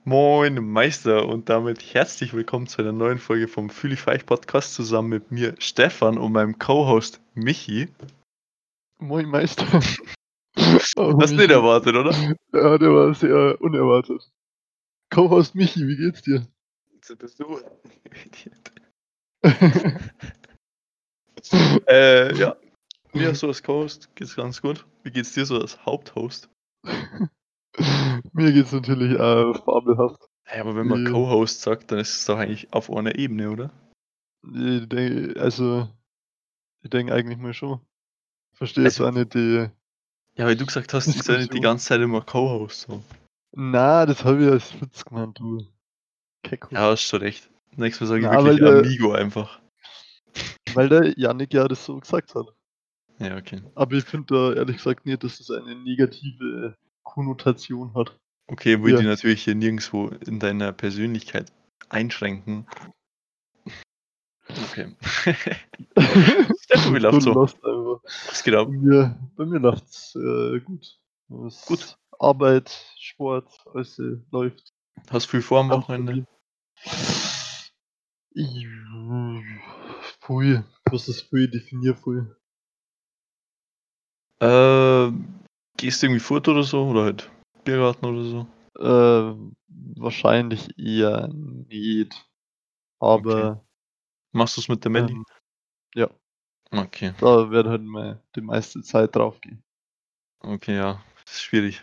Moin Meister und damit herzlich willkommen zu einer neuen Folge vom Fühl ich Feich Podcast zusammen mit mir Stefan und meinem Co-Host Michi. Moin Meister. Oh, Hast du nicht Michi. erwartet, oder? Ja, der war sehr unerwartet. Co-Host Michi, wie geht's dir? Jetzt bist du. Ja, mir so als Co-Host geht's ganz gut. Wie geht's dir so als Haupthost? Mir geht's natürlich fabelhaft. Hey, aber wenn man Die, Co-Host sagt, dann ist es doch eigentlich auf einer Ebene, oder? also, ich denke eigentlich mal schon. Verstehe jetzt Also, auch nicht die ja, weil du gesagt hast, ich soll nicht die Diskussion. ganze Zeit immer Co-Host so. Na, das habe ich als Witz gemeint, du Kecko. Ja, hast schon recht. Nächstes Mal sage ich Na, weil wirklich der, Amigo einfach. weil der Yannick ja das so gesagt hat. Ja, okay. Aber ich finde da ehrlich gesagt nicht, dass es eine negative Konnotation hat. Okay, will Ja. die natürlich hier nirgendwo in deiner Persönlichkeit einschränken. Okay. Stefan, wie Du läuft's so? lost einfach. Was geht ab? Bei mir läuft's gut. Gut. Arbeit, Sport, alles läuft Hast viel vor am ganz Wochenende? stabil. Pfui, was ist Pfui? Definier Pfui. Gehst du irgendwie fort oder so? Oder halt Biergarten oder so? Wahrscheinlich eher nicht, Okay. aber Machst du's mit der Melli? ja, Okay. da wird halt mal die meiste Zeit drauf gehen. Okay, ja. Das ist schwierig.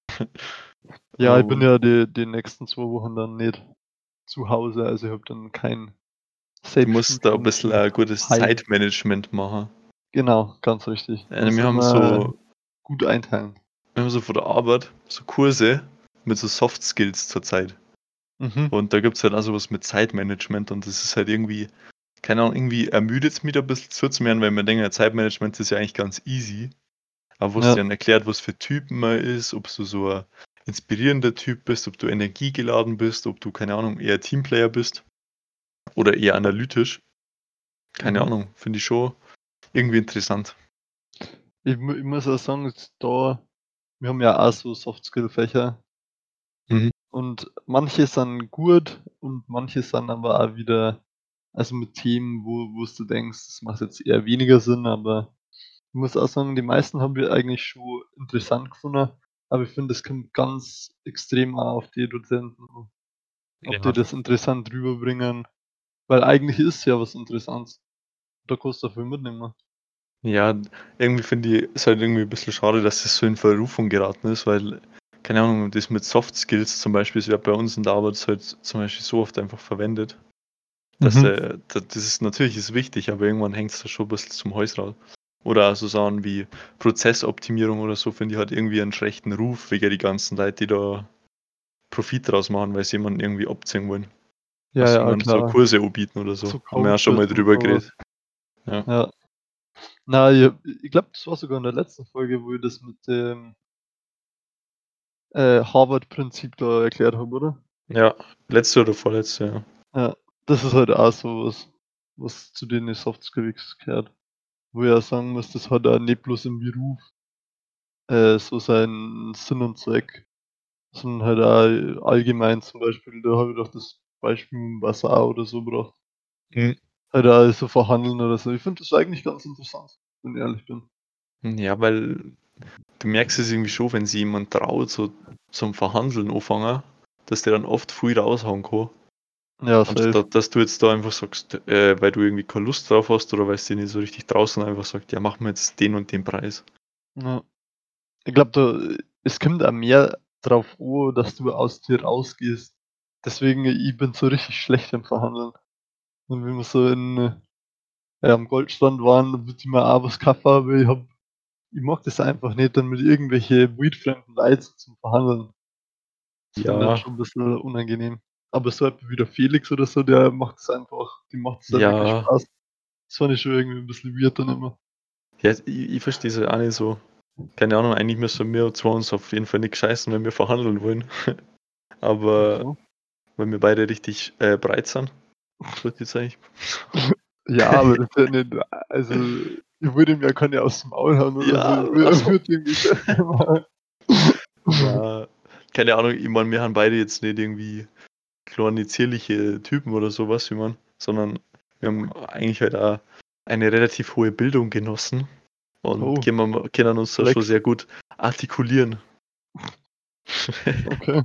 Ja, ich bin Ähm, ja die nächsten 2 Wochen dann nicht zu Hause, also ich habe dann kein Du musst da ein bisschen Selbststudium ein gutes Heim. Zeitmanagement machen. Genau, ganz richtig. Muss Wir haben immer so, gut einteilen. von der Arbeit so Kurse mit so Soft Skills zurzeit. Mhm. Und da gibt's halt auch so was mit Zeitmanagement und das ist halt irgendwie, keine Ahnung, irgendwie ermüdet's mich da ein bisschen zuzuhören, weil man denkt, ja, Zeitmanagement ist ja eigentlich ganz easy. Aber wo es dir Ja, dann erklärt, was für Typen man ist, ob du so ein inspirierender Typ bist, ob du energiegeladen bist, ob du, keine Ahnung, eher Teamplayer bist oder eher analytisch. Keine mhm. Ahnung, finde ich schon irgendwie interessant. Ich muss auch sagen, jetzt da wir haben ja auch so Soft-Skill-Fächer Mhm. und manche sind gut und manche sind aber auch wieder also mit Themen, wo's du denkst, das macht jetzt eher weniger Sinn, aber ich muss auch sagen, die meisten haben wir eigentlich schon interessant gefunden, aber ich finde, es kommt ganz extrem auch auf die Dozenten an, ob die Ja. das interessant rüberbringen, weil eigentlich ist ja was Interessantes. Da kannst du viel mitnehmen. Ja, irgendwie finde ich es halt irgendwie ein bisschen schade, dass das so in Verrufung geraten ist, weil, keine Ahnung, das mit Soft Skills zum Beispiel, das wird bei uns in der Arbeit halt zum Beispiel so oft einfach verwendet, dass Mhm. das ist natürlich ist wichtig, aber irgendwann hängt es da schon ein bisschen zum Hals raus. Oder so Sachen wie Prozessoptimierung oder so, finde ich, hat irgendwie einen schlechten Ruf, wegen die ganzen Leute, die da Profit draus machen, weil sie jemanden irgendwie abziehen wollen. Ja, Was ja, irgendwann so klar. Kurse anbieten oder so. So Haben wir ja schon mal Coaches und drüber so was. geredet. Ja. Ja. Na, ich glaube, das war sogar in der letzten Folge, wo ich das mit dem, Harvard-Prinzip da erklärt habe, oder? Ja, letzte oder vorletzte, ja. Ja, das ist halt auch so was, was zu den Soft Skills gehört. Wo ich auch sagen muss, das hat auch nicht bloß im Beruf, so seinen Sinn und Zweck, sondern halt auch allgemein zum Beispiel, da habe ich doch das Beispiel mit dem Wasser auch oder so gebracht. Mhm. Halt auch so verhandeln oder so. Ich finde das eigentlich ganz interessant, wenn ich ehrlich bin. Ja, weil du merkst es irgendwie schon, wenn sich jemand traut, so zum Verhandeln anfangen, dass der dann oft viel raushauen kann. Ja, safe. Anstatt dass du jetzt da einfach sagst, weil du irgendwie keine Lust drauf hast oder weil es dir nicht so richtig draußen einfach sagt, ja, mach mir jetzt den und den Preis. Ja. Ich glaube, es kommt auch mehr drauf an, dass du aus dir rausgehst. Deswegen, ich bin so richtig schlecht im Verhandeln. Und wenn wir so am Goldstand waren, wird ich mir auch was gekauft habe, ich mag das einfach nicht, dann mit irgendwelche wildfremden Leuten so zum Verhandeln. Das finde ich dann Ja, schon 'n bisschen unangenehm. Aber so jemand wie der Felix oder so, der macht es einfach dem macht es halt wirklich ja, Spaß. Das fand ich schon irgendwie 'n bisschen weird dann immer. ja, ich verstehe es ja auch nicht so. Keine Ahnung, eigentlich müssen wir zwar uns auf jeden Fall nicht scheißen, wenn wir verhandeln wollen. Aber Wieso? weil wir beide richtig breit sind, sollte ich sagen. Ja, aber das ist ja nicht also, ich würde ihm ja keine aus dem Maul hauen oder so. Ja, Ich achso. würde ihm Geschäfte machen. Ja, keine Ahnung, ich meine, wir haben beide jetzt nicht irgendwie kleine, zierliche Typen oder sowas, wie man, sondern wir haben eigentlich halt auch eine relativ hohe Bildung genossen und Oh, können uns da schon Flex. sehr gut artikulieren. Okay.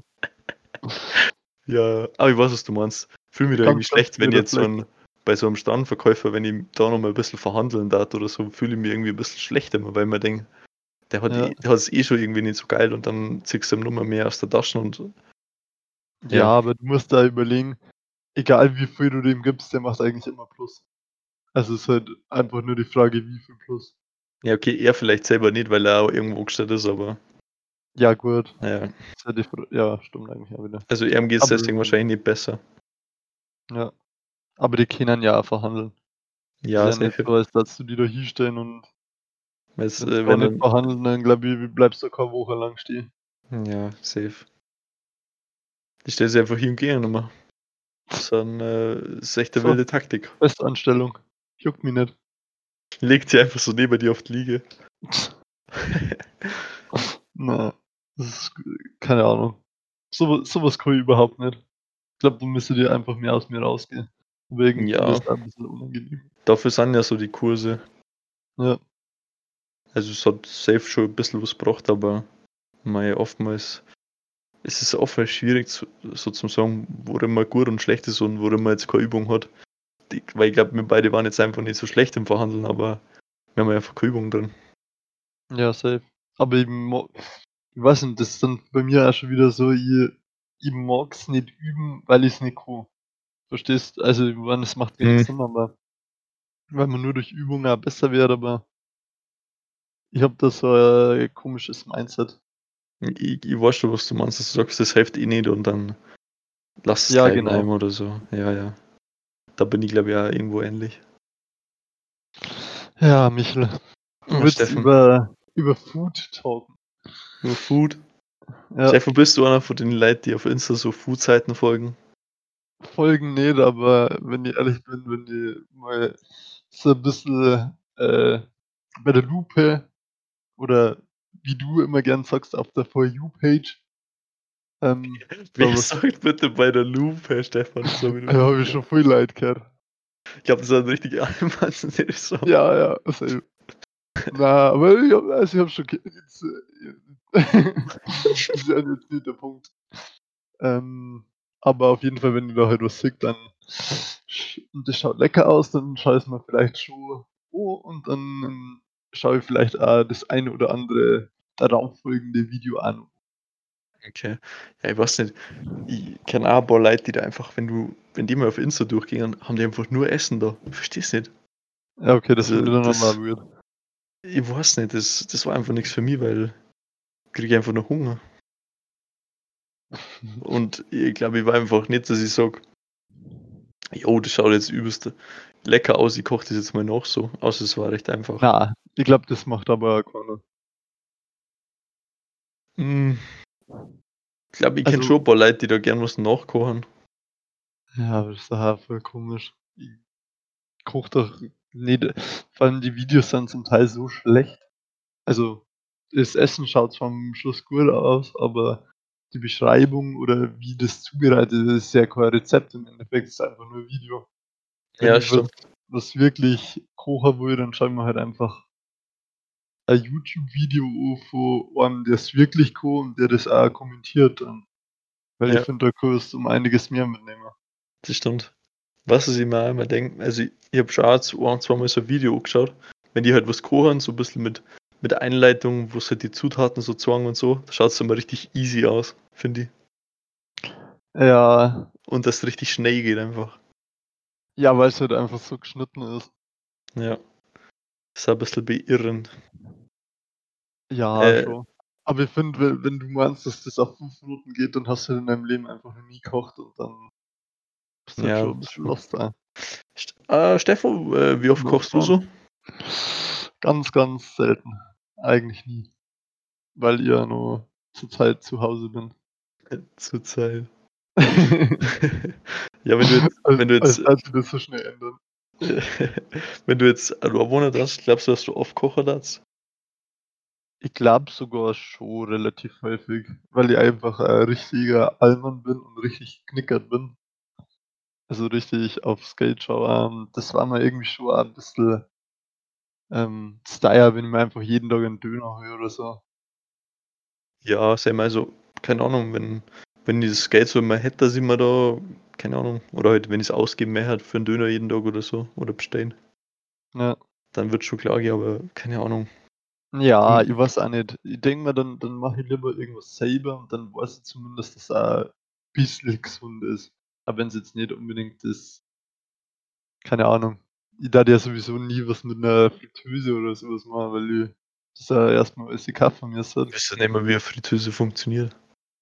Ja, aber ich weiß, was du meinst. Fühle mich da irgendwie Ganz, ganz schlecht, wenn weirder jetzt Flex. bei so einem Standverkäufer, wenn ich da nochmal ein bisschen verhandeln darf oder so, fühle ich mich irgendwie ein bisschen schlecht immer, weil man denkt, Ja. der hat es eh schon irgendwie nicht so geil und dann ziehst du ihm nochmal mehr aus der Tasche und Ja, ja. aber du musst da überlegen, egal wie viel du dem gibst, der macht eigentlich immer Plus. Also es ist halt einfach nur die Frage, wie viel Plus. Ja, okay, er vielleicht selber nicht, weil er auch irgendwo gestellt ist, aber Ja, gut. naja. Ist ja, ja, stimmt eigentlich auch wieder. Also ihm geht es Aber deswegen wahrscheinlich nicht besser. ja, aber die können ja auch verhandeln. Ist Ja, ja nicht safe. so, als dass du die da hinstellen und Weil's, wenn sie da wenn nicht dann, verhandeln, dann glaube ich, bleibst du keine Woche lang stehen. ja, safe. Die stellen sich einfach hin und gehen nochmal. Das ist echt eine So, wilde Taktik. Festanstellung. Juckt mich nicht. Legt sie einfach so neben dir auf die Liege. Na, das ist keine Ahnung. Sowas kann ich überhaupt nicht. Ich glaube, da müsste dir einfach mehr aus mir rausgehen. Deswegen finde ich Ja, es ein bisschen unangenehm. dafür sind ja so die Kurse. Ja, Also es hat safe schon ein bisschen was gebracht, aber oftmals ist es oftmals schwierig so zu sagen, worin man gut und schlecht ist und worin man jetzt keine Übung hat. Weil ich glaube, wir beide waren jetzt einfach nicht so schlecht im Verhandeln, aber wir haben einfach keine Übung drin. ja, safe. Aber ich weiß nicht, das ist dann bei mir auch schon wieder so, ich mag's nicht üben, weil ich's nicht kann. Verstehst? Also, ich meine, es macht wenig Hm. Sinn, aber weil man nur durch Übung auch besser wird, aber ich habe da so ein komisches Mindset. Ich weiß schon, was du meinst, dass du sagst, das hilft eh nicht und dann lass es Ja, gleich genau. bleiben oder so. Ja, ja. Da bin ich glaube ich auch irgendwo ähnlich. Ja, Michel, du Ja, willst Steffen, über Food talken. nur Food. Ja, Steffen, bist du einer von den Leuten, die auf Insta so Food-Seiten folgen? Folgen nicht, aber wenn ich ehrlich bin, wenn die mal so ein bisschen, bei der Lupe oder wie du immer gern sagst, auf der For You Page, Wer da was sagt bitte bei der Loop, Herr Stefan, so wie du ja, das habe ich schon viel Leid gehört. Ich glaube, das ist ein richtig Allmann, so. Ja, ja, safe. Na, aber ich habe schon jetzt, ist ja jetzt nicht der Punkt. Aber auf jeden Fall, wenn ihr da halt was seht, dann und das schaut lecker aus, dann schaue ich's mir vielleicht schon und dann schaue ich vielleicht auch das eine oder andere darauffolgende Video an. Okay. Ja, ich weiß nicht. Ich kenne auch ein paar Leute, die da einfach, wenn die mal auf Insta durchgehen, haben die einfach nur Essen da. Ich versteh's nicht. Ja, okay, das Also, finde ich dann noch mal weird. ich weiß nicht, das war einfach nichts für mich, weil ich kriege einfach nur Hunger. Und ich glaube, ich war einfach nicht, dass ich sage, jo, das schaut jetzt übelst lecker aus, ich koche das jetzt mal noch so. Außer es war recht einfach. Na, ich glaube, das macht aber keiner. Hm, ich glaube, ich kenne Also, schon ein paar Leute, die da gern was nachkochen. ja, das ist daher voll komisch. Ich koche doch nicht, vor allem die Videos sind zum Teil so schlecht. Also, das Essen schaut zwar am Schluss gut aus, aber die Beschreibung oder wie das zubereitet ist, ist ja kein Rezept im Endeffekt, ist einfach nur Video. Wenn Ja, ich was stimmt. was wirklich kochen will, dann schaue ich mir halt einfach ein YouTube-Video an von einem, der's wirklich kann und der das auch kommentiert dann. Weil ich Ja, finde, da kannst du um einiges mehr mitnehmen. das stimmt. Was ich mir auch immer denke, also ich habe schon auch zweimal so ein Video angeschaut, wenn die halt was kochen, so ein bisschen mit Einleitung, wo sie halt die Zutaten so zwang und so, da schaut es immer richtig easy aus, finde ich. Ja, Und das richtig schnell geht einfach. ja, weil's halt einfach so geschnitten ist. Ja, ist auch ein bisschen beirrend. Ja, Äh, schon. Aber ich finde, wenn du meinst, dass das auf 5 Minuten geht, dann hast du in deinem Leben einfach noch nie gekocht und dann bist du halt ja. schon 'n bisschen lost da. Steffo, wie oft Lost kochst du one. so? Ganz, ganz selten. Eigentlich nie, weil ich ja nur zur Zeit zu Hause bin. Zurzeit. Ja, wenn du jetzt, Als wenn du jetzt, als sich das so schnell ändern. wenn du jetzt eine Wohnung hast, glaubst du, dass du oft kochen darfst? Ich glaube sogar schon relativ häufig, weil ich einfach ein richtiger Allmann bin und richtig knickert bin. Also richtig aufs Geld schaue. Das war mir irgendwie schon ein bisschen Style, wenn ich mir einfach jeden Tag einen Döner hole oder so. Ja, sag mal, also, keine Ahnung, wenn ich das Geld so immer hätte, dass ich mir da, keine Ahnung, oder halt, wenn ich es ausgeben mehr halt für einen Döner jeden Tag oder so, oder bestellen, Ja. dann wird schon klar gehen, aber keine Ahnung. Ja, Hm, ich weiß auch nicht. Ich denke mir, dann mache ich lieber irgendwas selber und dann weiß ich zumindest, dass auch ein bisschen gesund ist. Aber wenn es jetzt nicht unbedingt ist, keine Ahnung. Ich darf ja sowieso nie was mit einer Fritteuse oder sowas machen, weil ich das ja erstmal alles kaufen müsste. wisst ihr nicht mehr, wie eine Fritteuse funktioniert?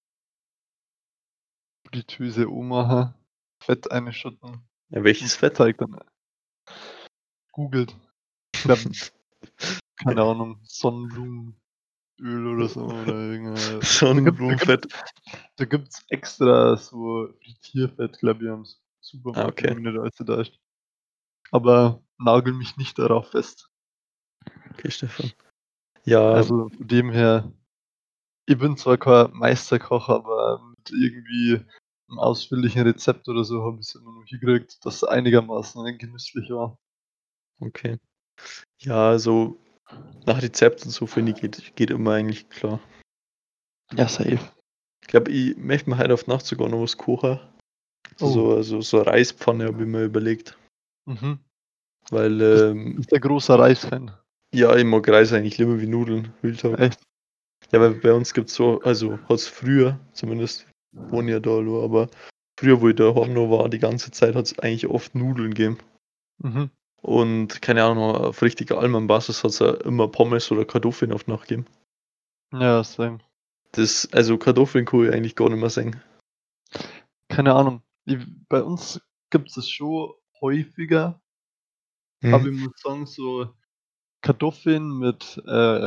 Fritteuse ummachen, Fett einschütten Ja, und welches das Fett? Zeug dann googelt. Ich glaube, keine Ahnung, Sonnenblumenöl oder so oder irgendein da Sonnenblumenfett. gibt's da gibt's extra so Frittierfett, glaube ich, am Ah, Supermarkt, wenn okay. mich nicht alles täuscht. Aber nagel mich nicht darauf fest. Okay, Stefan. Ja, Also, von dem her, ich bin zwar kein Meisterkoch, aber mit irgendwie 'nem ausführlichen Rezept oder so habe ich's immer noch hingekriegt, dass einigermaßen genüsslich war. okay. Ja, so nach Rezept und so, finde ich, geht immer eigentlich klar. Ja, safe. Ich glaube, ich möchte mir heute auf Nacht sogar noch was kochen. Oh, So eine Reispfanne habe ich mir überlegt. mhm. Weil, Bist ein großer Reisfan? ja, ich mag Reis eigentlich lieber wie Nudeln, Real Talk. Echt? Ja, weil bei uns gibt's so, also hat's früher zumindest, ich wohne ja da nur, aber früher, wo ich daheim noch war, die ganze Zeit hat's eigentlich oft Nudeln gegeben. Mhm. Und keine Ahnung, auf richtiger Allmann-Basis hat's ja immer Pommes oder Kartoffeln auf Nacht gegeben. Ja, same. Also Kartoffeln kann ich eigentlich gar nicht mehr sehen. Keine Ahnung. Bei uns gibt es schon häufiger, Mhm. aber ich muss sagen, so Kartoffeln mit,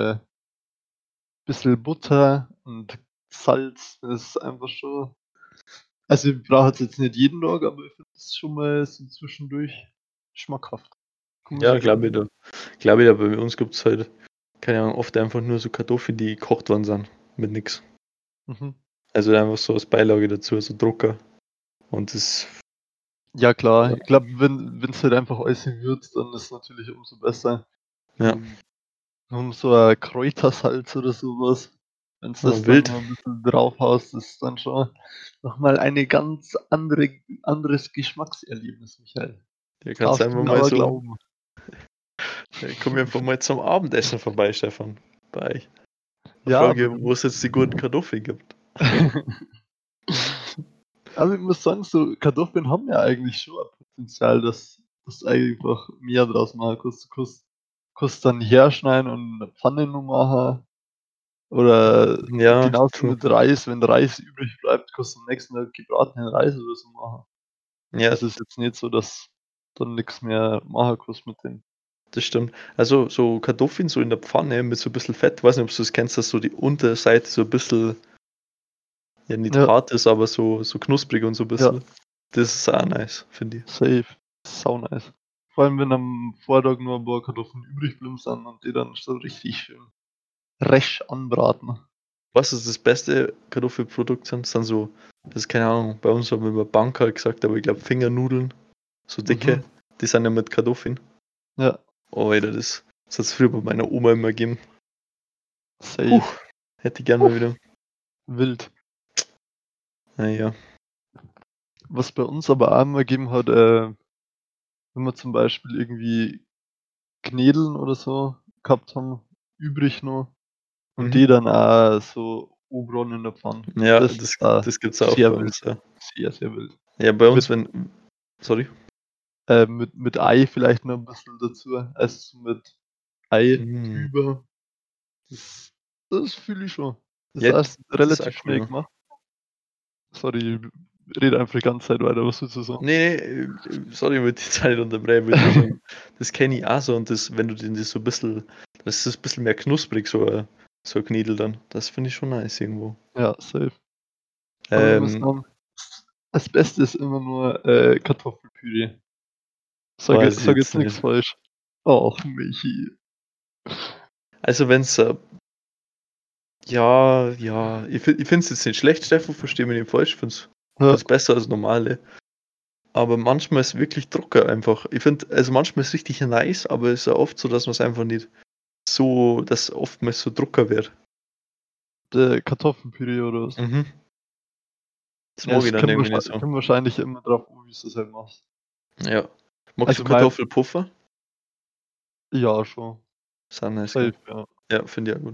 bisschen Butter und Salz, das ist einfach schon, also ich brauche es jetzt nicht jeden Tag, aber ich finde es schon mal so zwischendurch schmackhaft. Kann man Ja, sich gönnen. glaube ich, aber bei uns gibt's halt, keine Ahnung, oft einfach nur so Kartoffeln, die gekocht worden sind, mit nix. Mhm. Also einfach so als Beilage dazu, so Drucker. Und das, Ja klar, ja, ich glaube, wenn's halt einfach alles würzt, dann ist natürlich umso besser. ja, Und so ein Kräutersalz oder sowas, wenn's das dann wild. noch 'n bisschen draufhaust, ist dann schon noch mal eine ganz anderes Geschmackserlebnis, Michael. Hier kannst du Darfst du einfach mir mal aber so, glauben. komm einfach mal zum Abendessen vorbei, Stefan. Bei euch. Da Ja, frage bei ich, wo es jetzt die guten Kartoffeln gibt. also, ich muss sagen, so Kartoffeln haben ja eigentlich schon ein Potenzial, dass du einfach mehr draus machen kannst. Du kannst dann herschneiden und in 'ne Pfanne noch machen oder Ja, genauso true. mit Reis. Wenn Reis übrig bleibt, kannst du am nächsten Tag gebratenen Reis oder so machen. Ja, Also, ist jetzt nicht so, dass dann nix mehr machen kannst mit dem. das stimmt. Also so Kartoffeln so in der Pfanne mit so ein bisschen Fett, weiß nicht, ob du das kennst, dass so die Unterseite so ein bisschen, ja nicht Ja, hart ist, aber so knusprig und so ein ja, bisschen. Das ist auch nice, finde ich. safe. Sau nice. Vor allem, wenn am Vortag nur 'n paar Kartoffeln übrig geblieben sind und die dann so richtig schön resch anbraten. Was ist das beste Kartoffelprodukt sind so, das ist keine Ahnung, bei uns haben wir immer Banker gesagt, aber ich glaube Fingernudeln, so Mhm, dicke, die sind ja mit Kartoffeln. ja, Oh, Alter, das hat's früher bei meiner Oma immer gegeben. Puh, safe. hätte ich gern mal Uff, wieder. wild. Na ja. Was bei uns aber auch immer gegeben hat, wenn wir zum Beispiel irgendwie Knädeln oder so gehabt haben, übrig noch und Mhm. die dann auch so oben in der Pfanne. Ja, Das ist auch das gibt's auch sehr bei wild, uns, ja. sehr, sehr wild. Ja, bei Mit uns, wenn sorry? mit Ei vielleicht noch 'n bisschen dazu, also mit Ei Mhm. drüber. Das das fühle ich schon. Das Ja, ist erst das ist auch relativ schnell cool, ja. gemacht. Sorry, rede einfach die ganze Zeit weiter. Was willst du sagen? Ne, sorry, ich wollte dich jetzt auch nicht unterbrechen, wollte nur sagen, das kenne ich auch so und das, wenn du den das so 'n bisschen, das ist 'n bisschen mehr knusprig, so 'n Knädel dann. Das finde ich schon nice irgendwo. Ja, safe. Aber ich muss Ähm, sagen, das Beste ist immer nur, Kartoffelpüree. weiß ich Sage jetzt jetzt nix nicht. falsch. Och, Michi. Also, wenn's Ja, ja. Ich finde es jetzt nicht schlecht, Stefan, verstehe mich nicht falsch. Ich finde Ja, es besser als normale. Aber manchmal ist es wirklich Drucker einfach. Ich finde, also manchmal ist es richtig nice, aber es ist ja oft so, dass man es einfach nicht so, dass oftmals so Drucker wird. der Kartoffelpüree oder was. Mhm. Das Ja, mag ich es dann irgendwie nicht so. kommt wahrscheinlich immer drauf an, wie du es halt machst. Ja. Magst du Also mein, Kartoffelpuffer? ja schon. Ist auch nice, gell? Safe, ja. Ja, finde ich auch gut.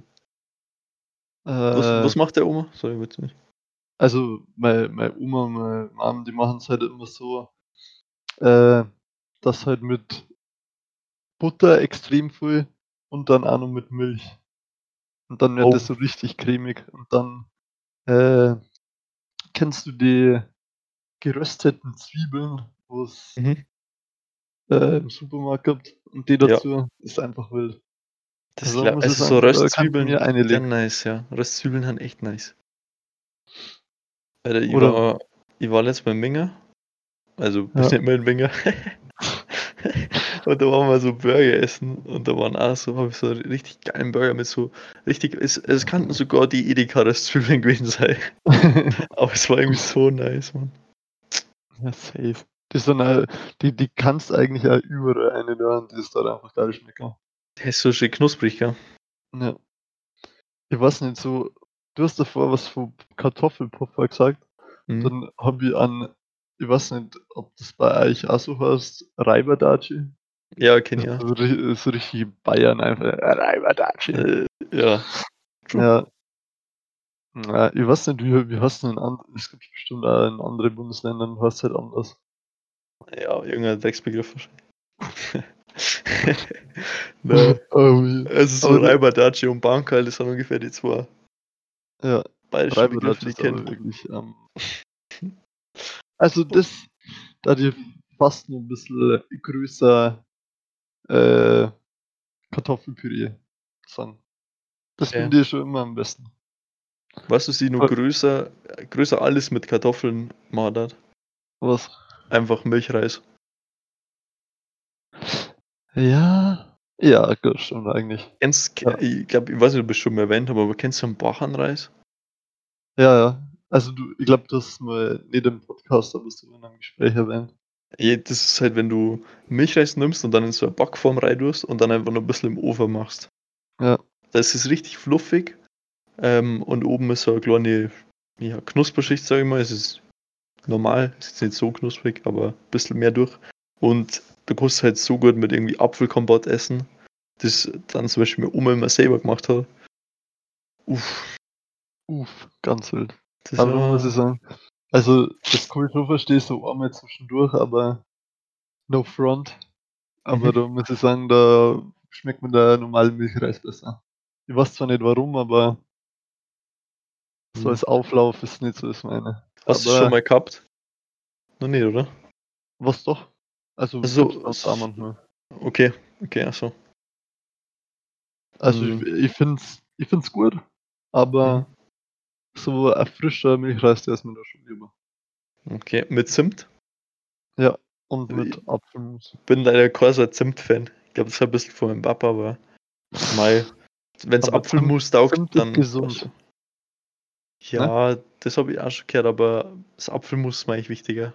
Äh, Was macht der Oma? Sorry, bitte nicht. also meine Oma und meine Mom, die machen es halt immer so, äh, dass halt mit Butter extrem viel und dann auch noch mit Milch. Und dann wird Oh. das so richtig cremig. Und dann äh, kennst du die gerösteten Zwiebeln, wo's Mhm. im Supermarkt gibt? Und die Ja. dazu ist einfach wild. Das, Also da muss ich also so sagen, da kannst du Röstzwiebeln mir eine sind legen. nice, ja. Röstzwiebeln sind echt nice. Alter, Oder ich war letztes Mal in Minga, also bin ja. nicht mehr in Minga. Und da waren wir so Burger essen und da waren auch so, habe ich so einen richtig geilen Burger mit so richtig, es kannten sogar die Edeka-Röstzwiebeln gewesen sein. Aber es war irgendwie so nice, Mann. Ja, safe. Die sind halt, die kannst eigentlich auch überall eine da und die ist dann einfach geil schmecken. Der ist so schön knusprig, gell? Ja. Ich weiß nicht, so, du hast davor was von Kartoffelpuffer gesagt. Mhm. Dann habe ich an, ich weiß nicht, ob das bei euch auch so heißt, Reiberdatschi. Ja, kenn Das ich ist ja. so richtig Bayern einfach. Reiberdatschi. Ja, true. Ja, ja, ich weiß nicht, wie heißt denn in es gibt bestimmt auch in anderen Bundesländern, heißt halt anders. Ja, irgendein Drecksbegriff wahrscheinlich. Ne. Aber, Also so aber Reiberdatschi und Bankerl, das sind ungefähr die zwei ja, bayerischen Begriffe, Reiberdatschi die ich ist aber kenne. wirklich, also das, da die fast noch ein bisschen größer äh, Kartoffelpüree sind. Das Okay. finde ich schon immer am besten. Was ist die nur größer alles mit Kartoffeln madert? Was? Einfach Milchreis. Ja, ja, gut, stimmt eigentlich. Ja, Ich glaube, ich weiß nicht, ob ich es schon mal erwähnt habe, aber kennst du einen Bachanreis? ja, ja. Also ich glaube, du hast mal nicht im Podcast, aber so in einem Gespräch erwähnt. Ja, das ist halt, wenn du Milchreis nimmst und dann in so eine Backform rein tust und dann einfach noch ein bisschen im Ofen machst. Ja, Das ist richtig fluffig, und oben ist so eine kleine, ja, Knusperschicht, sage ich mal. Es ist normal, ist jetzt nicht so knusprig, aber ein bisschen mehr durch. Und du kannst halt so gut mit irgendwie Apfelkompott essen, das dann zum Beispiel meine Oma immer selber gemacht hat. Uff, ganz wild. das Aber muss ich war. sagen, also das kann ich schon verstehen, so einmal zwischendurch, aber no front. Aber Mhm. da muss ich sagen, da schmeckt mir der normale Milchreis besser. Ich weiß zwar nicht warum, aber so Mhm. als Auflauf ist nicht so das meine. Hast du es schon Aber mal gehabt? Noch nicht, oder? was doch? Also gibt's Also, bei uns auch manchmal. okay, okay, achso. Also ich find's gut, Mhm. aber so ein frischer Milchreis, der ist mir da schon lieber. Okay, mit Zimt? Ja, und Ich mit Apfelmus. bin leider kein so ein Zimt-Fan. Ich glaube, das war ein bisschen von meinem Papa, aber mei, wenn es Aber Apfelmus taugt, Zimt ist dann passt gesund, schon. ne? Ja, das habe ich auch schon gehört, aber das Apfelmus ist mir eigentlich wichtiger.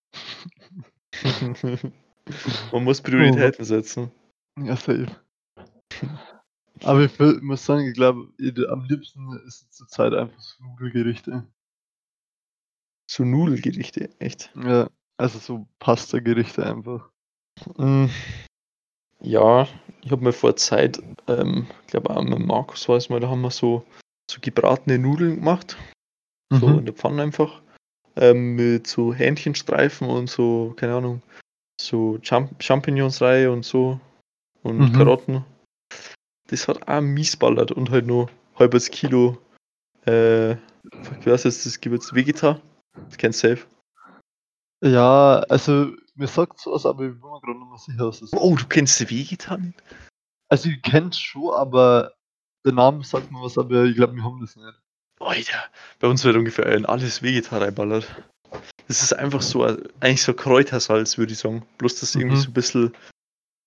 Man muss Oh Mann. Prioritäten setzen. Ja, safe. Aber ich muss sagen, ich glaube, am liebsten ist zurzeit einfach so Nudelgerichte. So Nudelgerichte, echt. Ja, also so Pasta-Gerichte einfach. Mm, ja, ich habe mir vor Zeit, ich glaube auch mit Markus war es mal, da haben wir so gebratene Nudeln gemacht. So in Mhm, der Pfanne einfach. Mit so Hähnchenstreifen und so, keine Ahnung, so Champignons rein und so und mhm. Karotten. Das hat auch mies ballert und halt nur halbes Kilo, ich weiß jetzt, das Gewürz Vegeta. Das kennst du safe. Ja, also mir sagt so was, aber ich bin mir gerade nicht mehr sicher, was das Oh, ist. du kennst Vegeta nicht? Also ich kenn's schon, aber der Name sagt mir was, aber ich glaube, wir haben das nicht. Alter, bei uns wird ungefähr in alles Vegeta reinballert. Das ist einfach so, eigentlich so Kräutersalz, würde ich sagen. Bloß, dass es irgendwie Mhm, so ein bisschen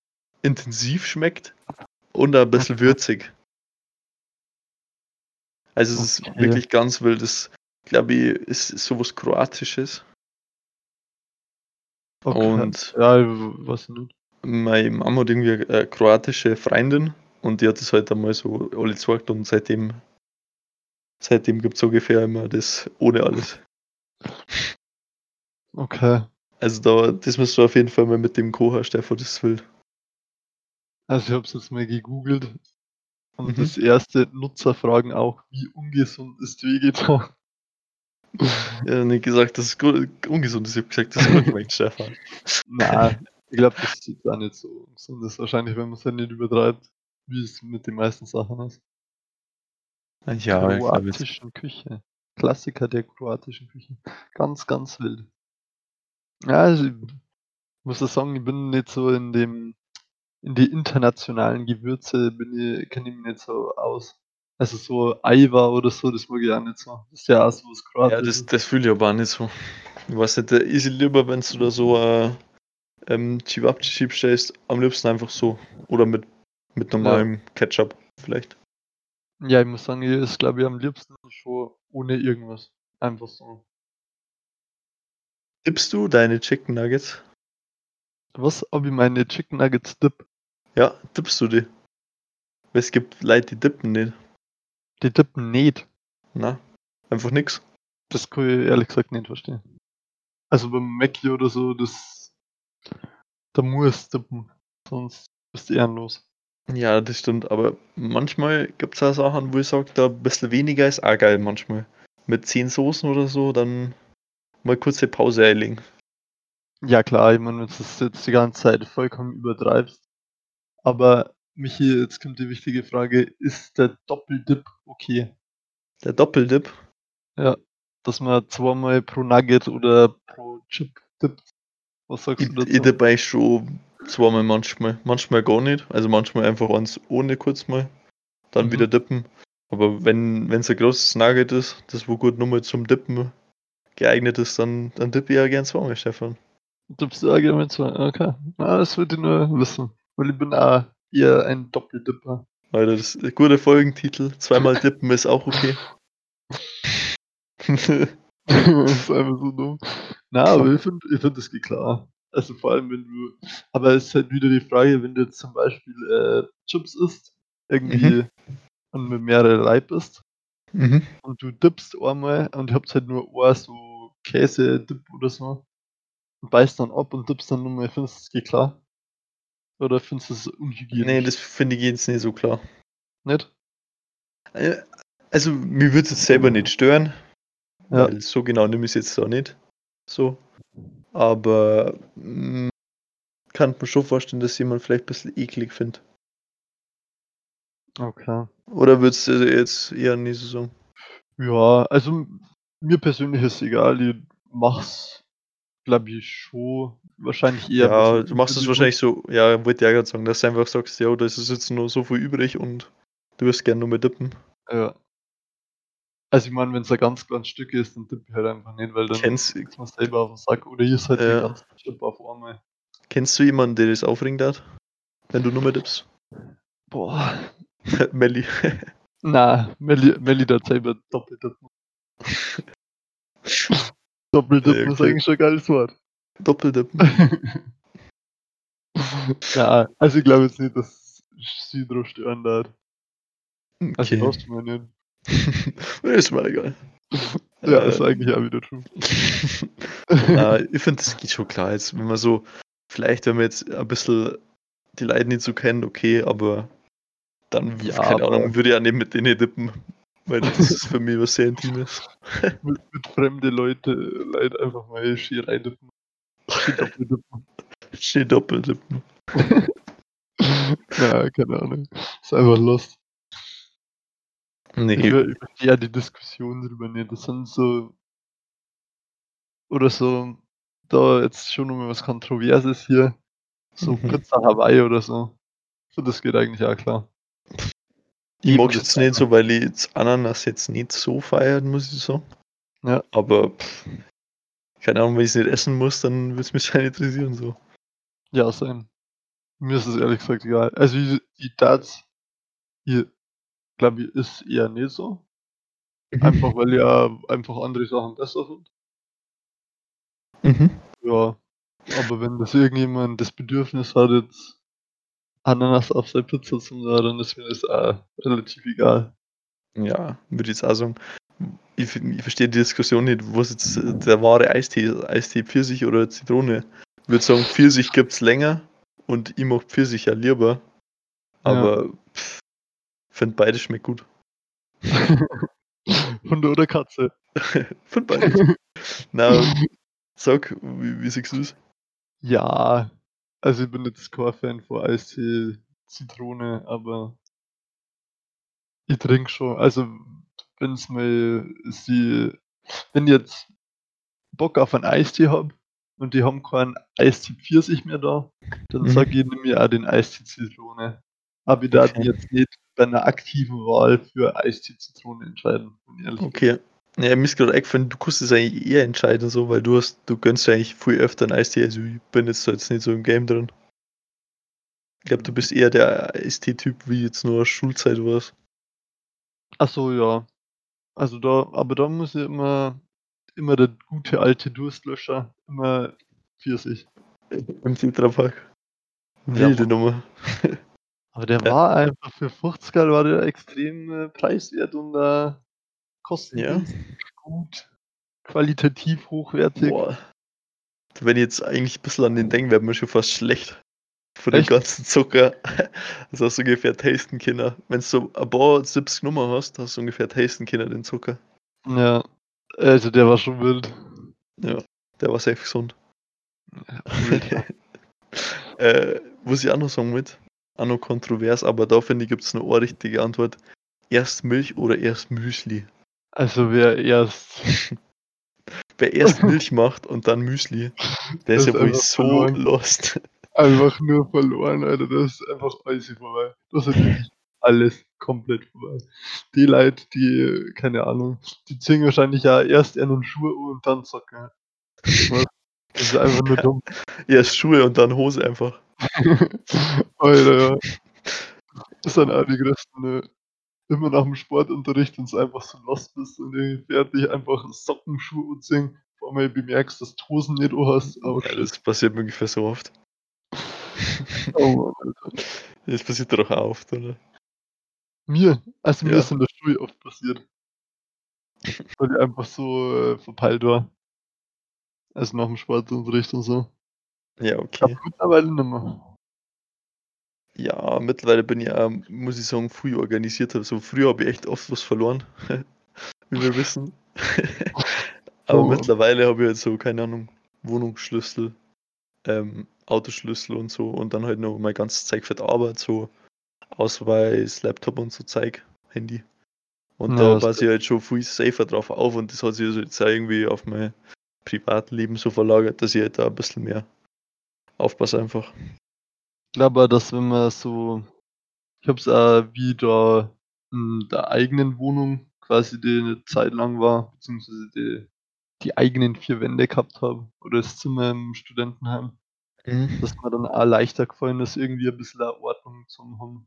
intensiv schmeckt und ein bisschen okay. würzig. Also es ist Okay. wirklich ganz wild. Das, glaube ich, ist sowas Kroatisches. Okay. Und Ja, weiß nicht. meine Mama hat irgendwie eine kroatische Freundin und die hat das halt einmal so alle gezeigt und seitdem gibt es ungefähr immer das ohne alles. Okay. Also das musst du auf jeden Fall mal mit dem Kocher, Stefan, das ist wild. Also ich habe es jetzt mal gegoogelt und Mhm. das erste Nutzerfragen auch, wie ungesund ist Vegetar? Ja, nicht gesagt, dass es ungesund ist, ich habe gesagt, das ist gut gemeint, Stefan. Na, ich glaube, das ist jetzt auch nicht so ungesund. Das ist wahrscheinlich, wenn man es ja nicht übertreibt, wie es mit den meisten Sachen ist. Ja, ich glaube jetzt. Kroatischen Küche. Klassiker der kroatischen Küche. Ganz, ganz wild. Ja, also ich muss ja sagen, ich bin nicht so in die internationalen Gewürze kenne ich mich nicht so aus. Also so Aiwa oder so, das mag ich auch nicht so. Das ist ja auch so was Ja, das, Kroatisches. das fühle ich aber auch nicht so. Ich weiß nicht, da ist es lieber, wenn du da so Chibabchi stellst, am liebsten einfach so. Oder mit Ja. normalem Ketchup vielleicht. Ja, ich muss sagen, ich esse, glaube ich, am liebsten schon ohne irgendwas. Einfach so. Tippst du deine Chicken Nuggets? Was, ob ich meine Chicken Nuggets dip? Ja, tippst du die? Weil es gibt Leute, die dippen nicht. Die dippen nicht. Na, einfach nix. Das kann ich ehrlich gesagt nicht verstehen. Also beim Mackie oder so, da muss dippen. Sonst bist du ehrenlos. Ja, das stimmt, aber manchmal gibt es auch Sachen, wo ich sage, da ein bisschen weniger ist auch geil manchmal. Mit 10 Soßen oder so, dann mal kurze Pause einlegen. Ja klar, ich meine, wenn du das jetzt die ganze Zeit vollkommen übertreibst. Aber Michi, jetzt kommt die wichtige Frage, ist der Doppeldip okay? Der Doppeldip, Ja, dass man zweimal pro Nugget oder pro Chip dippt. Was sagst du ich dazu? dippe eigentlich schon zweimal manchmal gar nicht. Also manchmal einfach eins ohne kurz mal, dann Mhm. wieder dippen. Aber wenn es ein großes Nugget ist, das wo gut nochmal zum Dippen geeignet ist, dann dippe ich ja gern zweimal, Stefan. Dippst du auch gerne mit zwei? Okay. Ah, das würde ich nur wissen. Weil ich bin auch eher ein Doppeldipper. Alter, das ist ein guter Folgentitel. Zweimal dippen ist auch okay. Das ist einfach so dumm. Na, aber ich find, das geht klar. Also vor allem, wenn du, aber es ist halt wieder die Frage, wenn du jetzt zum Beispiel Chips isst, Mhm. irgendwie und mit mehreren Leib isst Mhm. und du dippst einmal und ihr habt halt nur ein so Käse-Dip oder so und beißt dann ab und dippst dann nochmal, findest du das geht klar? Oder findest du das Nee, unhygienisch? das finde ich jetzt nicht so klar. Nicht? Äh, Also, mir würde es selber nicht stören, Ja, weil so genau nehme ich es jetzt auch nicht so. Aber kann mir schon vorstellen, dass jemand vielleicht ein bisschen eklig findet. okay. Oder würdest du jetzt eher nicht so sagen? Ja, also mir persönlich ist egal, ich mach's, glaube ich, schon wahrscheinlich eher mal so Ja, du machst es wahrscheinlich unterbewusst. so, ja, wollte ich auch gerade sagen, dass du einfach sagst, ja, da ist es jetzt nur so viel übrig und du wirst gerne nur mehr dippen. Ja. Also ich meine, wenn es ein ganz kleines Stück ist, dann tippe ich halt einfach nicht, weil dann Kennst, kriegt's man selber auf den Sack oder ihr seid den äh, ganzen Chip auf einmal. kennst du jemanden, der das aufregen darf, wenn du nur mehr dippst? Boah. Melli. Na, Melli da selber Doppeldippen. Doppeldippen ist Okay. eigentlich schon ein geiles Wort. Doppeldippen. Na, also ich glaube jetzt nicht, dass sie drauf stören darf. Also ich Okay. hoffe mal nicht. Ist mal egal. Ja, ist Ähm, eigentlich auch wieder true. Na, ich finde, das geht schon klar. Jetzt, wenn man so, vielleicht, wenn man jetzt ein bisschen die Leute nicht so kennt, okay, aber dann, Ja, keine aber Ahnung, würde ich auch nicht mit denen dippen, weil das ist für mich was sehr Intimes. mit fremde Leute einfach mal schier reindippen. Schier doppeldippen. Steht Doppeldippen. Na, keine Ahnung. Ist einfach lost. Ich Nee. verstehe ja die Diskussion drüber nicht. Das sind so oder so da jetzt schon noch mal was Kontroverses hier, so Mhm. Pizza Hawaii oder so. So, das geht eigentlich auch klar. Ich Jedem mag es das jetzt nicht seine. so, weil ich jetzt Ananas jetzt nicht so feiern, muss ich sagen. Ja, Aber keine Ahnung, wenn ich es nicht essen muss, dann würde es mich schon interessieren. So. ja, sein. Mir ist es ehrlich gesagt egal. Also ich glaube, ich ist eher nicht so. Einfach Mhm. weil ja einfach andere Sachen besser sind. Mhm. Ja, aber wenn das irgendjemand das Bedürfnis hat, jetzt Ananas auf seine Pizza zu tun, dann ist mir das auch relativ egal. Ja, würde ich jetzt auch sagen. Ich verstehe die Diskussion nicht, was jetzt der wahre Eistee ist. Eistee Pfirsich oder Zitrone. Ich würde sagen, Pfirsich gibt's länger und ich mag Pfirsich ja lieber, Ja. aber finde beides schmeckt gut. Hund oder Katze? Finde beides. Na, sag, wie siehst du's? Ja, also ich bin jetzt kein Fan von Eistee, Zitrone, aber ich trinke schon. Also, wenn's mal sie wenn ich jetzt Bock auf einen Eistee habe und die haben keinen Eistee Pfirsich mehr da, dann sage Mhm. ich, nehme mir auch den Eistee Zitrone. Aber ich würde Okay, mich jetzt nicht bei 'ner aktiven Wahl für Eistee Zitrone entscheiden, wenn ich ehrlich bin. okay. Ja, mir ist gerade eingefallen, du kannst es eigentlich eher entscheiden, so, weil du gönnst ja eigentlich viel öfter einen Eistee. Also ich bin jetzt nicht so im Game drin. Ich glaube, du bist eher der Eistee-Typ, wie jetzt nur Schulzeit war's. Ach so, ja. Also da muss ich immer der gute alte Durstlöscher, immer Pfirsich. Im Tetrapack. Ja, Wilde Mann. Nummer. Aber der Ja. war einfach für 50 war der extrem, preiswert und, Ja. kostengünstig, gut, qualitativ hochwertig. Boah. Wenn ich jetzt eigentlich ein bisschen an den denke, wird mir schon fast schlecht von dem Echt? ganzen Zucker. Das hast du ungefähr tasten können. Wenn du so ein paar Sips genommen hast, hast du ungefähr tasten können, den Zucker. Ja, also der war schon wild. Ja, der war sehr gesund. Ja, Alter. Was ich auch noch sagen mit, auch noch kontrovers, aber da finde ich, gibt es noch eine richtige Antwort. Erst Milch oder erst Müsli? Also wer erst Wer erst Milch macht und dann Müsli, der ist das ist ja wohl einfach so verloren. lost. Einfach nur verloren, Alter. Das ist einfach alles vorbei. Das ist wirklich alles komplett vorbei. Die Leute, die, keine Ahnung, die ziehen wahrscheinlich ja erst einen Schuh an und dann zocken. Was? Das ist einfach nur dumm. Erst Schuhe und dann Hose einfach. Alter, ja. Das sind auch die größten, immer nach dem Sportunterricht, wenn's einfach so lost bist und irgendwie fertig, einfach Socken, Schuhe anziehen, vor allem bemerkst, dass du Hosen nicht anhast. Oh Ja, shit. das passiert mir ungefähr so oft. Oh Mann, Alter. Das passiert dir doch auch oft, oder? Mir Ja. ist in der Schule oft passiert, weil ich einfach so, verpeilt war. Also nach dem Sportunterricht und so. Ja, Aber okay. mittlerweile nicht mehr. Ja, mittlerweile bin ich auch, muss ich sagen, früh organisierter. So früher habe ich echt oft was verloren, wie wir wissen. Aber Oh Mann. mittlerweile habe ich halt so, keine Ahnung, Wohnungsschlüssel, Autoschlüssel und so und dann halt noch mein ganzes Zeug für die Arbeit, so Ausweis, Laptop und so Zeug, Handy. Und Ja, da das passe ich halt schon viel safer drauf auf und das hat sich also jetzt auch irgendwie auf mein Privatleben so verlagert, dass ich halt da ein bisschen mehr aufpasse einfach. glaube, dass wenn man so ich habe es auch wie da in der eigenen Wohnung quasi die 'ne Zeit lang war, beziehungsweise die eigenen 4 Wände gehabt habe oder das Zimmer im Studentenheim, dass Mhm. mir dann auch leichter gefallen ist, irgendwie 'n bisschen eine Ordnung zu haben.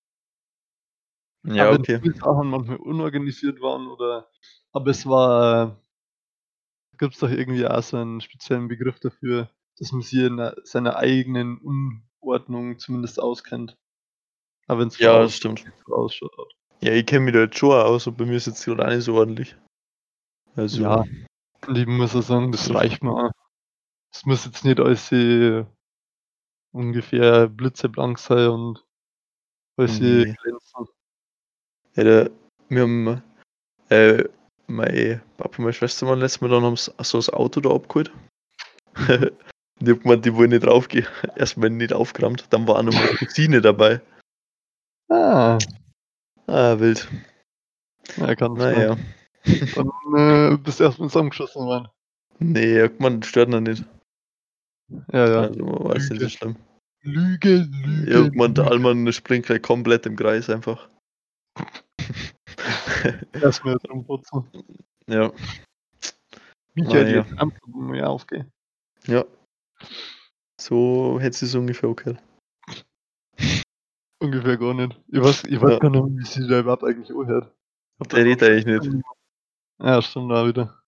Auch Ja, wenn okay. viele Sachen manchmal unorganisiert waren oder aber es war gibt's doch irgendwie auch so 'n speziellen Begriff dafür, dass man sich in seiner eigenen Unordnung zumindest auskennt, auch wenn's von Ja, das außen stimmt. nicht so ausschaut. Ja, ich kenne mich da jetzt schon aus und bei mir ist jetzt grad auch nicht so ordentlich. Also, Ja, und ich muss auch sagen, das so reicht mir auch. Es muss jetzt nicht alles ungefähr blitzeblank sein und alles ne. glänzen. Ja, da wir haben, äh, mein Papa und meine Schwester waren letztes Mal, dann haben sie so das Auto da abgeholt. Mhm. Und ich habe gemeint, die wollen nicht raufgehen. Erst mal nicht aufgeräumt, dann war auch noch meine Cousine dabei. Ah, Ah, wild. ja, kann's Na sein. ja. Dann, bist du erst mal zusammengeschossen worden. Ne, ja, gemeint, stört noch nicht. Ja, ja. Also, war jetzt nicht so Lüge. schlimm. Lüge, Ich habe Lüge, gemeint, der Lüge. Allmann springt gleich komplett im Kreis einfach. Erst mal drum putzen. Ja, na Michael, ja. jetzt Ampel mir aufgehen. Ja, so hätte sie's ungefähr angehört. Ungefähr gar nicht. Ich weiß Ja, gar nicht, wie sich der überhaupt eigentlich anhört. Habe der den redet noch eigentlich nicht. Ja, stimmt auch wieder.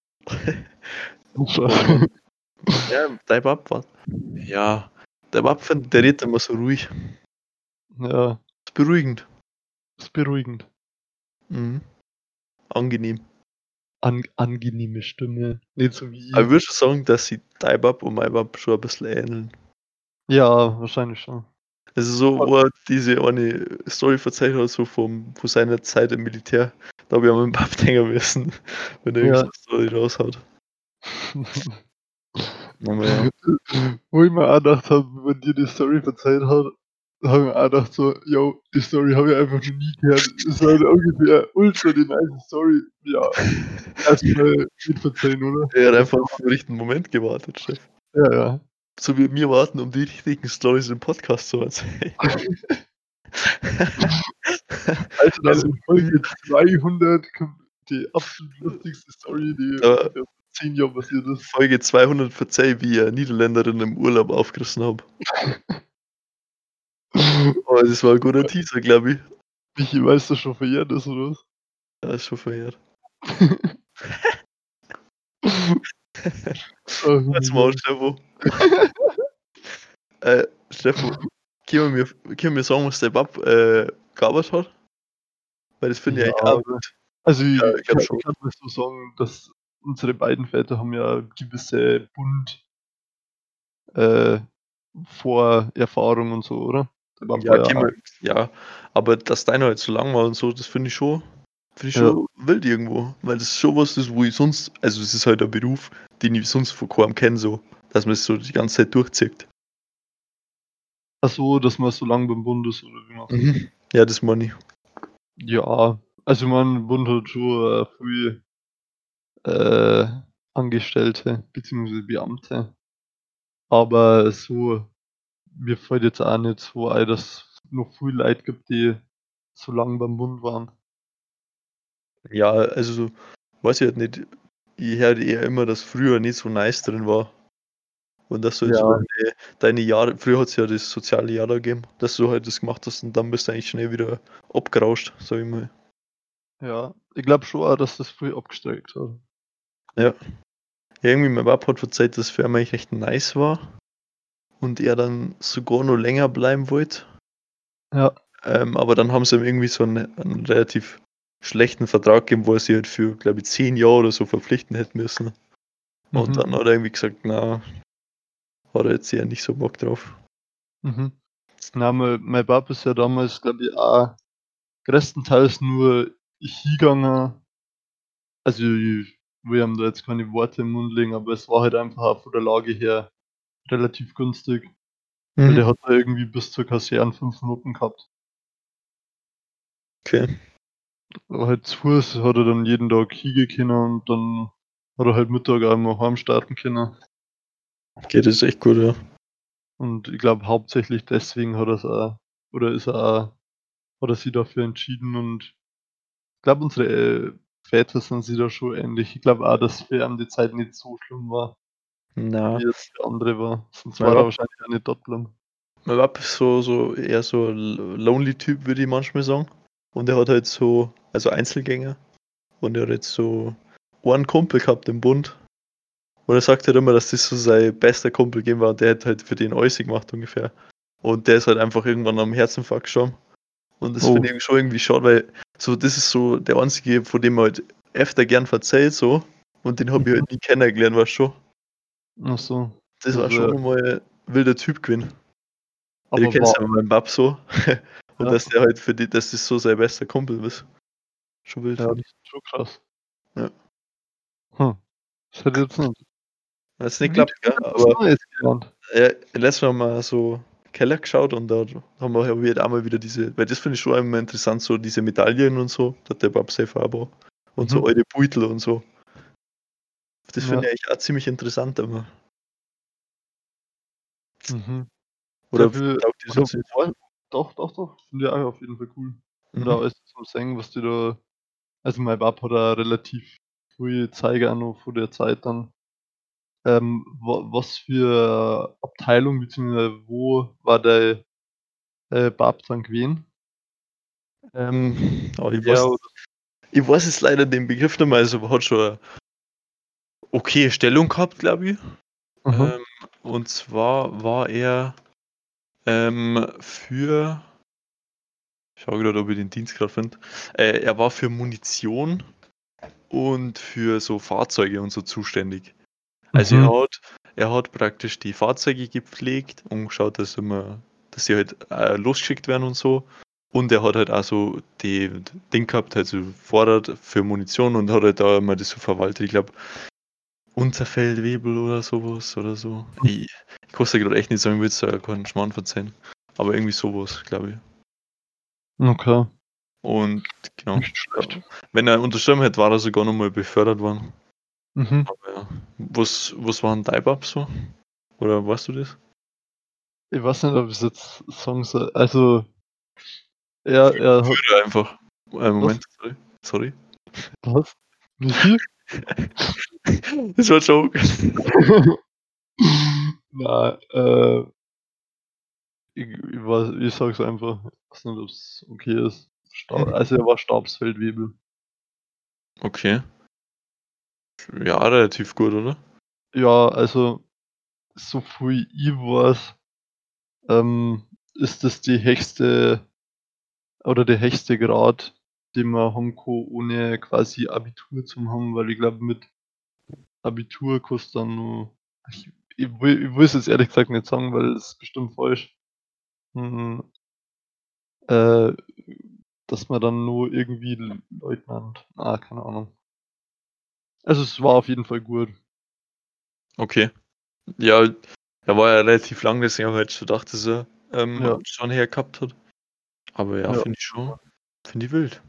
Und ja, der Bab war ja, der Bab findet, der redet immer so ruhig. Ja, Ist beruhigend. ist beruhigend. Mhm. Angenehm. Angenehme Stimme. Nicht so wie Aber ich ich. würde schon sagen, dass sich dein Bab und mein Bab schon ein bisschen ähneln. Ja, wahrscheinlich schon. Also so, wo er diese eine Story erzählt hat, so von seiner Zeit im Militär, da habe ich an meinen Bab denken müssen, wenn er irgend so Ja. 'ne Story raushaut. Aber ja. Wo ich mir auch gedacht habe, wenn dir die Story erzählt hat, habe ich mir auch gedacht so: „Jo, die Story habe ich einfach noch nie gehört.“ Das war halt ungefähr ultra die nice Story. Ja, erstmal nicht verzeihen, oder? Er hat Das einfach war auf den richtigen Moment gewartet, Chef. ja, ja. So wie wir warten, um die richtigen Storys im Podcast zu erzählen. Also dann Also, in Folge 200 kommt die absolut lustigste Story, die da ungefähr vor 10 Jahren passiert ist. Folge 200 verzeih, wie ich 'ne Niederländerin im Urlaub aufgerissen habe. Aber das war 'n guter Teaser, glaube ich. Michi, weißt du schon verjährt ist, oder was? Ja, ist schon verjährt. Ach Halt's mein Maul, Gott. Steffo. Steffo, können wir sagen, was der Bab, gearbeitet hat? Weil das finde ich Ja, eigentlich auch oder? Also, ja, ich ich glaube ich schon. kann mal so sagen, dass unsere beiden Väter haben ja gewisse äh, Vorerfahrung und so, oder? Der Papa Ja, war ja okay, auch mal ja, aber dass deiner halt so lang war und so, das finde ich ja, schon wild irgendwo, weil das ist schon was ist, wo ich sonst also, es ist halt ein Beruf, den ich sonst von keinem kenne so, dass man es so die ganze Zeit durchzieht. ach so, dass man so lang beim Bund ist, oder wie meinst du? Mhm. Ja, das meine ich. Ja, also ich meine, Bund hat schon, viel, äh, Angestellte beziehungsweise Beamte, aber so mir fällt jetzt auch nicht so ein, dass es noch viel Leute gibt, die so lang beim Bund waren. Ja, also, so weiß ich halt nicht. Ich höre eher immer, dass früher nicht so nice drin war und dass du halt so Ja, deine Jahre früher hat's ja das soziale Jahr da gegeben, dass du halt das gemacht hast und dann bist du eigentlich schnell wieder abgerauscht, sage ich mal. ja. Ich glaube schon auch, dass das viel abgestreckt hat. Ja. Irgendwie mein Papa hat erzählt, dass für ihn eigentlich recht nice war und er dann sogar noch länger bleiben wollte. Ja. Aber dann haben sie ihm irgendwie so 'n relativ schlechten Vertrag gegeben, wo er sich halt für, glaube ich, 10 Jahre oder so verpflichten hätte müssen. Und Mhm. dann hat er irgendwie gesagt, na, hat er jetzt eher nicht so Bock drauf. Mhm. Na, mein Papa ist ja damals, glaube ich, auch größtenteils nur hingegangen. Also, ich will ihm da jetzt keine Worte im Mund legen, aber es war halt einfach auch von der Lage her relativ günstig, weil Mhm. der hat da irgendwie bis zur Kaserne 5 Minuten gehabt. Okay. Aber halt zu Fuß hat er dann jeden Tag hingehen können und dann hat er halt Mittag auch immer heimstarten können. Okay, das ist echt gut, ja. Und ich glaube, hauptsächlich deswegen hat er's auch oder ist er auch hat er sich dafür entschieden und ich glaube, unsere, Väter sind sich da schon ähnlich. Ich glaube auch, dass für ihn die Zeit nicht so schlimm war, Na, wie es für andere war. Sonst mein war er Papa wahrscheinlich auch nicht dort geblieben. mein Papa ist so eher so 'n lonely Typ, würde ich manchmal sagen. Und er hat halt so also Einzelgänger und er hat jetzt so einen Kumpel gehabt im Bund. Und er sagt halt immer, dass das so sein bester Kumpel gewesen war und der hat halt für den alles gemacht ungefähr. Und der ist halt einfach irgendwann am Herzinfarkt gestorben. Und das finde Oh, ich schon irgendwie schade, weil so das ist so der einzige, von dem man halt öfter gern verzählt so und den habe ich mhm. halt nie kennengelernt, weißt du schon. Ach so. Das Das war schon wäre einmal 'n wilder Typ gewesen. Ja, du aber kennst war ja meinen Bab so und ja, dass der halt für die dass das so sein bester Kumpel ist. Schon wild, ja, finde das ich. ist schon krass. Ja. Hm, das hätte ich jetzt nicht Hat's nicht wieder geklappt, gell? was Aber, Neues gelernt. letztes Mal mal so Keller geschaut und da haben wir halt auch mal wieder diese weil das finde ich schon immer interessant, so diese Medaillen und so, da hat der Bab safe auch und Mhm, so alte Beutel und so. Das ja, finde ich eigentlich auch ziemlich interessant immer. mhm. Oder Ja, wie taugt dir das oder jetzt nicht? wo doch, doch, doch, finde ich auch auf jeden Fall cool. Und Mhm. da alles zum Singen, was die da also mein Papa hat auch relativ viel Zeiger auch noch von der Zeit dann. Was für Abteilung beziehungsweise wo war der, Pap dann gewesen? Ich weiß Militär oder Ich weiß jetzt leider den Begriff nicht mehr, also er hat schon eine okay Stellung gehabt, glaube ich. Mhm. Und zwar war er für, ich schaue gerade, ob ich den Dienst gerade finde, er war für Munition und für so Fahrzeuge und so zuständig. Also Mhm. er hat praktisch die Fahrzeuge gepflegt und geschaut, dass sie halt losgeschickt werden und so. Und er hat halt auch so die Ding gehabt, halt so Vorrat für Munition und hat halt da immer das so verwaltet. Ich glaube, Unterfeldwebel oder sowas oder so. Ich kann es dir gerade echt nicht sagen, ich will jetzt da keinen Schmarrn verzeihen. Aber irgendwie sowas, glaube ich. Okay, Und genau, nicht ja. schlecht. Wenn er unterschrieben hätte, war er sogar nochmal befördert worden. Mhm. Aber ja. Was war ein Dive-Up so? Oder weißt du das? Ich weiß nicht, ob es jetzt Songs also, er hat Führer einfach. was? Moment, sorry. Was? Wie viel? Das war Joke. Na, ich sage einfach. Ich weiß nicht, ob's okay ist. Also, er war Stabsfeldwebel. Okay. Ja, relativ gut, oder? Ja, also, so viel ich weiß, ist das die höchste oder der höchste Grad, den man haben kann, ohne quasi Abitur zu haben, weil ich glaube, mit Abitur kannst du dann noch ich will's jetzt ehrlich gesagt nicht sagen, weil das ist bestimmt falsch. Hm, äh, dass man dann nur irgendwie Leutnant keine Ahnung. Also, es war auf jeden Fall gut. Okay. Ja, er war ja relativ lang, deswegen habe ich halt schon gedacht, dass er Ja, schon her gehabt hat. Aber ja, ja. finde ich wild.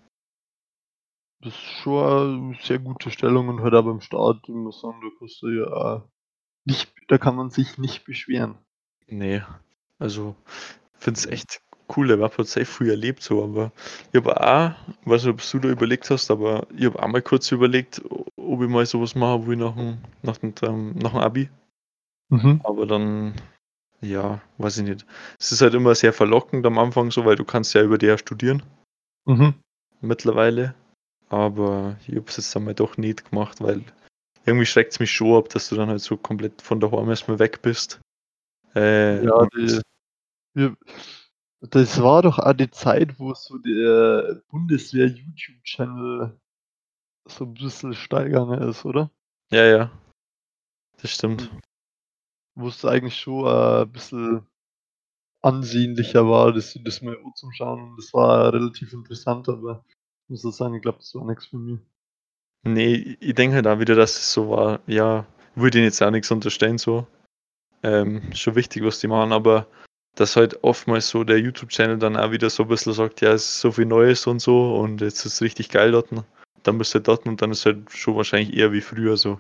Das ist schon 'ne sehr gute Stellung und halt auch beim Start, ich muss sagen, da kannst du ja auch nicht da kann man sich nicht beschweren. Nee, also finde es echt cool, der Wap hat safe viel erlebt so, aber ich habe auch, weiß nicht, ob du da überlegt hast, aber ich habe auch mal kurz überlegt, ob ich mal sowas mache, wie nach dem Abi. Mhm, Aber dann, ja, weiß ich nicht. Es ist halt immer sehr verlockend am Anfang so, weil du kannst ja über die ja studieren mhm. mittlerweile. Aber ich habe es jetzt einmal doch nicht gemacht, weil irgendwie schreckt es mich schon ab, dass du dann halt so komplett von daheim erstmal weg bist. Ja, Und wir das war doch auch die Zeit, wo so der Bundeswehr-YouTube-Channel so 'n bisschen steigern ist, oder? ja, ja, das stimmt. Und wo's eigentlich schon, bisschen ansehnlicher war, das mal anzuschauen und das war relativ interessant, aber ich muss auch sagen, ich glaube, das war nix für mich. Nee, ich denke halt auch wieder, dass es so war, ja, würde ihnen jetzt auch nichts unterstellen, so. Schon wichtig, was die machen, aber dass halt oftmals so der YouTube-Channel dann auch wieder so ein bisschen sagt, ja, es ist so viel Neues und so und jetzt ist es richtig geil dort. Dann bist du halt dort und dann ist halt schon wahrscheinlich eher wie früher so.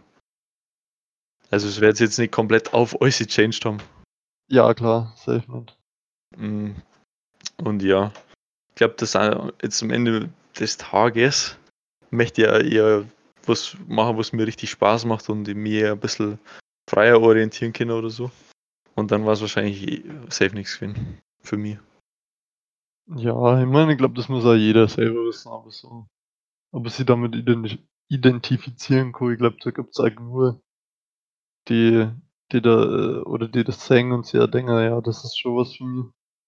Also es wird jetzt nicht komplett auf alles gechanged haben. Ja klar, safe nicht. Mm, Und ja, ich glaube, dass auch jetzt am Ende des Tages möchte ich ja eher was machen, was mir richtig Spaß macht und ich mich eher ein bisschen freier orientieren kann oder so. Und dann war es wahrscheinlich safe nichts für mich. Ja, ich meine, ich glaube, das muss auch jeder selber wissen, aber so ob er sich damit identifizieren kann, ich glaube, da gibt's auch nur die die da oder die das sehen und sich auch denken: „Ja, das ist schon was für mich."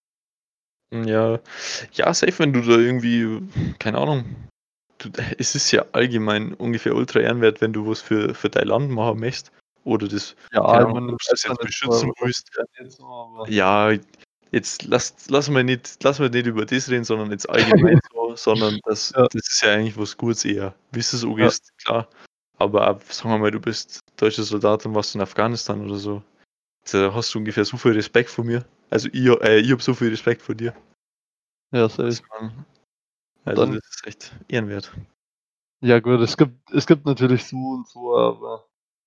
Ja, ja, safe, wenn du da irgendwie, keine Ahnung, es ist ja allgemein ungefähr ultra ehrenwert, wenn du was für dein Land machen möchtest. Oder das, Ja, keine ich Ahnung, meine, in ob du das Deutschland jetzt ist zwar beschützen willst. wahrscheinlich eher nicht so, aber Ja, jetzt lass wir nicht über das reden, sondern jetzt allgemein so, sondern ja, das ist ja eigentlich was Gutes eher. Wie du es ja, angehst, klar. Aber ab, sagen wir mal, du bist deutscher Soldat und warst in Afghanistan oder so. Da hast du ungefähr so viel Respekt vor mir. Also ich habe so viel Respekt vor dir. ja, Was safe. man, Und also dann das ist echt ehrenwert. ja gut, es gibt natürlich so und so, aber,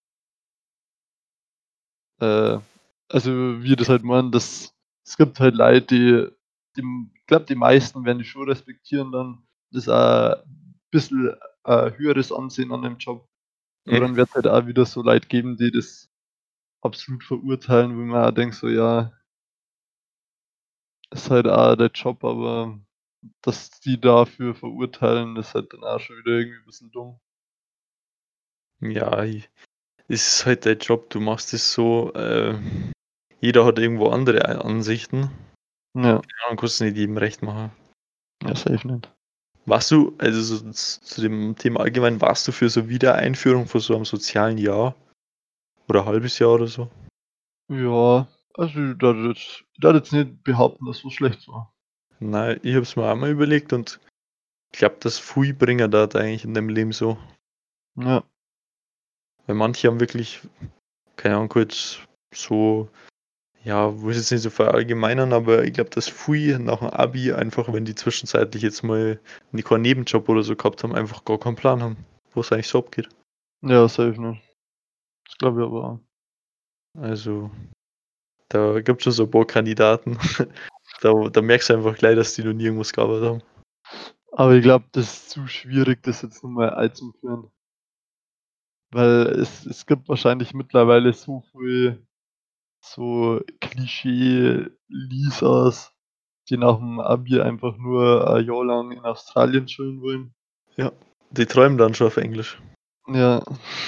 äh also, wie ich das halt meine, es gibt halt Leute, ich glaube, die meisten werden dich schon respektieren dann, das bisschen, höheres Ansehen an dem Job. Aber Mhm. dann wird's halt auch wieder so Leute geben, die das absolut verurteilen, wo man auch denkt so: „Ja, ist halt auch der Job", aber dass die dafür verurteilen, ist halt dann auch schon wieder irgendwie 'n bisschen dumm. Ja, es ist halt dein Job, du machst es so, jeder hat irgendwo andere Ansichten. Ja, Ja, man kann's nicht jedem recht machen. ja, safe nicht. Warst du, also so zu dem Thema allgemein, warst du für so Wiedereinführung von so einem sozialen Jahr oder halbes Jahr oder so? Ja, also ich würde jetzt nicht behaupten, dass so schlecht war. Nein, ich habe es mir auch mal überlegt und ich glaube, das viel bringen da eigentlich in deinem Leben so. Ja, Weil manche haben wirklich, keine Ahnung, kurz so, ja, wo ist jetzt nicht so verallgemeinern, aber ich glaube, dass viel nach dem Abi einfach, wenn die zwischenzeitlich jetzt mal keinen Nebenjob oder so gehabt haben, einfach gar keinen Plan haben, wo es eigentlich so abgeht. ja, safe nicht. Das glaube ich aber auch. Also, da gibt es schon so ein paar Kandidaten. Da merkst du einfach gleich, dass die noch nie irgendwas gearbeitet haben. Aber ich glaube, das ist zu schwierig, das jetzt noch mal einzuführen, weil es gibt wahrscheinlich mittlerweile so viel so Klischee-Lisas, die nach dem Abi einfach nur ein Jahr lang in Australien chillen wollen. Ja, die träumen dann schon auf Englisch. Ja.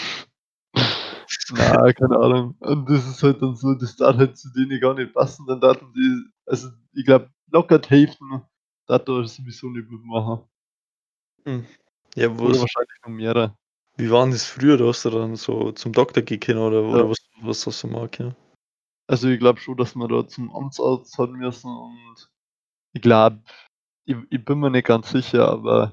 Na, keine Ahnung. Und das ist halt dann so, das darf halt zu denen gar nicht passen. Dann daten die, also ich glaube, locker die Hälfte darf da sowieso nicht mitmachen. Hm. Ja, Oder was wahrscheinlich noch mehrere. wie war 'n das früher? Da hast du dann so zum Doktor gehen können Ja. oder was hast du machen können? Also ich glaube schon, dass wir da zum Amtsarzt hat müssen und ich glaube, ich bin mir nicht ganz sicher, aber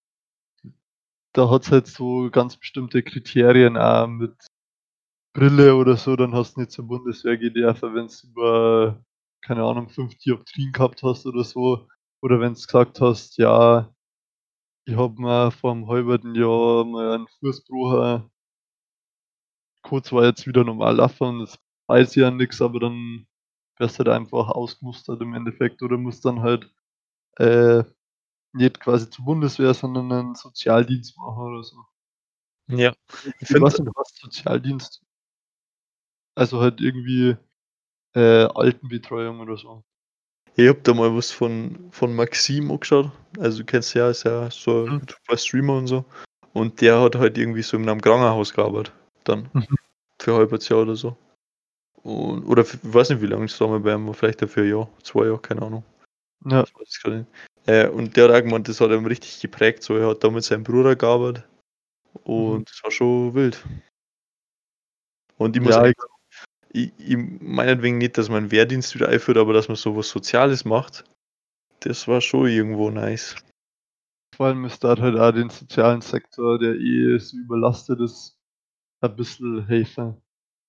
da hat's halt so ganz bestimmte Kriterien auch mit Brille oder so, dann hast du nicht zur Bundeswehr gehen dürfen, wenn's über, keine Ahnung, 5 Dioptrien gehabt hast oder so. Oder wenn's gesagt hast: „Ja, ich habe mir vor 'm halben Jahr mal einen Fuß gebrochen, kann zwar jetzt wieder normal laufen und es weiß ja nix, aber dann wirst halt einfach ausgemustert im Endeffekt oder musst dann halt, äh, nicht quasi zur Bundeswehr, sondern 'nen Sozialdienst machen oder so. Ja, ich Ich finde, weiß nicht, du hast Sozialdienst, also halt irgendwie, Altenbetreuung oder so. ich habe da mal was von Maxim angeschaut. Also, du kennst ja, ist ja so 'n Mhm. YouTuber, Streamer und so. Und der hat halt irgendwie so in 'nem Krankenhaus gearbeitet dann Mhm. für 'n halbes Jahr oder so. Und oder f ich weiß nicht, wie lange es damals bei ihm war, vielleicht ja für 'n Jahr, 2 Jahre, keine Ahnung. Ja. Ich weiß es grad nicht. Und der hat auch gemeint, das hat ihn richtig geprägt so. Er hat da mit seinem Bruder gearbeitet Mhm. und das war schon wild. Und ich muss Ja, ehrlich sagen, ich meinetwegen nicht, dass man 'n Wehrdienst wieder einführt, aber dass man so was Soziales macht, das war schon irgendwo nice. vor allem ist da halt auch den sozialen Sektor, der eh so überlastet ist, ein bisschen helfen.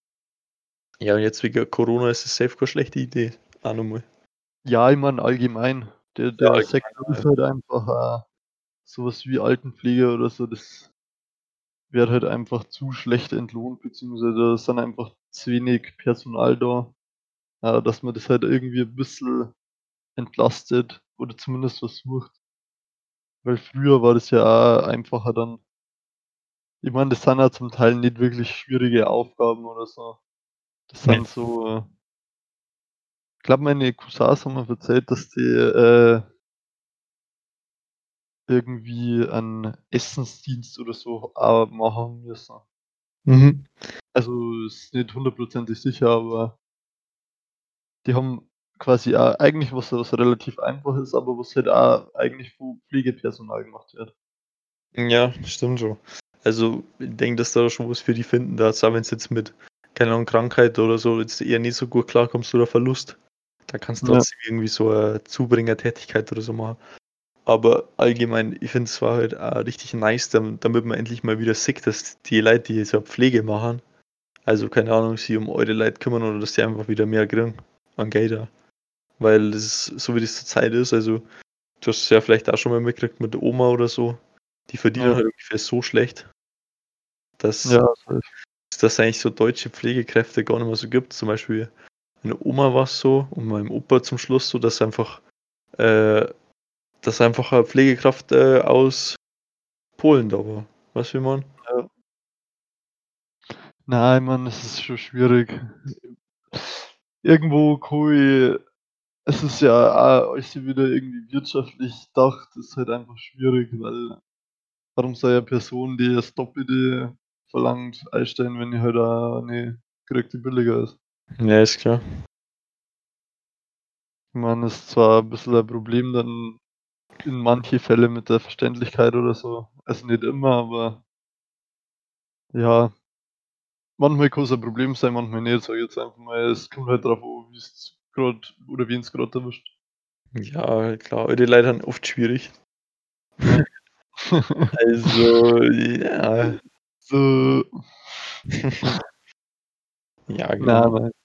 Ja, und jetzt wegen Corona ist es safe keine schlechte Idee. Auch noch mal. Ja, ich meine allgemein, der Ja, der Sektor ist allgemein. halt einfach, so was wie Altenpflege oder so, das wird halt einfach zu schlecht entlohnt, beziehungsweise da ist dann einfach zu wenig Personal da, dass man das halt irgendwie 'n bisschen entlastet oder zumindest versucht. Weil früher war das ja auch einfacher dann. Ich meine, das sind ja zum Teil nicht wirklich schwierige Aufgaben oder so. Das Ne. sind so, ich glaube, meine Cousins haben mir erzählt, dass die, irgendwie einen Essensdienst oder so auch machen müssen. Mhm. Also, ist nicht hundertprozentig sicher, aber die haben quasi auch eigentlich was relativ einfach ist, aber was halt auch eigentlich von Pflegepersonal gemacht wird. Ja, stimmt schon. Also, ich denke, dass da schon was für die finden, da auch wenn's jetzt mit, keine Ahnung, Krankheit oder so jetzt eher nicht so gut klarkommst oder Verlust, da kannst du Ja, trotzdem irgendwie so 'ne Zubringertätigkeit oder so machen. Aber allgemein, ich finde, es war halt auch richtig nice, damit man endlich mal wieder sieht, dass die Leute, die so Pflege machen, also, keine Ahnung, sich um eure Leute kümmern oder dass die einfach wieder mehr kriegen an Geld auch. Weil das ist so, wie das zur Zeit ist, also, du hast es ja vielleicht auch schon mal mitgekriegt mit der Oma oder so, die verdienen ja, halt ungefähr so schlecht, dass ja, safe. dass eigentlich so deutsche Pflegekräfte gar nicht mehr so gibt. Zum Beispiel meiner Oma war's so und meinem Opa zum Schluss so, äh dass einfach 'ne Pflegekraft, aus Polen da war. Weißt du, wie ich meine? Ja. Nein, Mann, es ist schon schwierig. Irgendwo kann ich es ist ja auch alles wieder irgendwie wirtschaftlich gedacht, ist halt einfach schwierig, weil warum soll ja Person, die das Doppelte verlangt, einstellen, wenn die halt auch eine kriegt, die billiger ist? Ja, ist klar. Ich meine, ist zwar 'n bisschen ein Problem dann in manche Fälle mit der Verständlichkeit oder so. Also, nicht immer, aber ja, manchmal kann's ein Problem sein, manchmal nicht, sage ich jetzt einfach mal. Es kommt halt drauf an, wie's grad oder wen's grad erwischt. Ja, klar, alte Leute haben oft schwierig. Ja. Also, ja. So, Ja, na, genau. nein.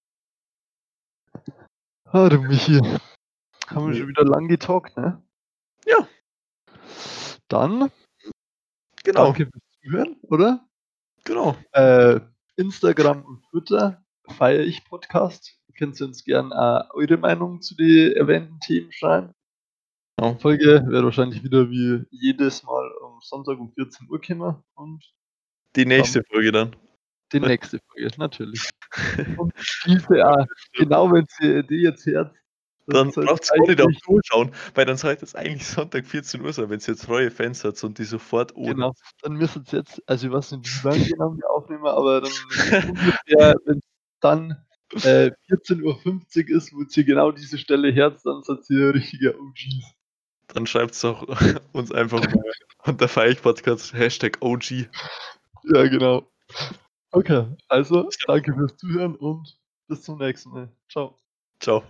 Ah, du Michi, haben wir Ja. schon wieder lang getalkt, ne? Ja, Dann genau, danke fürs Zuhören, oder? genau. Äh, Instagram und Twitter feiere ich Podcast. Könnt ihr uns gern, eure Meinung zu den erwähnten Themen schreiben. Genau. Folge wird wahrscheinlich wieder wie jedes Mal am Sonntag um 14 Uhr kommen und Die dann nächste Folge dann. die nächste Folge, natürlich. Und diese auch, genau wenn ihr die jetzt hört, dann Dann soll's braucht's gar nicht auf eigentlich die Uhr schauen, weil dann sollte es eigentlich Sonntag 14 Uhr sein, wenn's jetzt treue Fans hat und die sofort genau, anhört. dann müssen's jetzt, also ich weiß nicht, wie lang genau wir aufnehmen, aber dann ungefähr, wenn's dann, 14:50 ist, wo ihr genau diese Stelle hört, dann seid ihr richtige OGs. Dann schreibt's doch uns einfach mal unter Feicht-Podcast #OG. Ja, genau. Okay, also danke fürs Zuhören und bis zum nächsten Mal. Tschau. Tschau.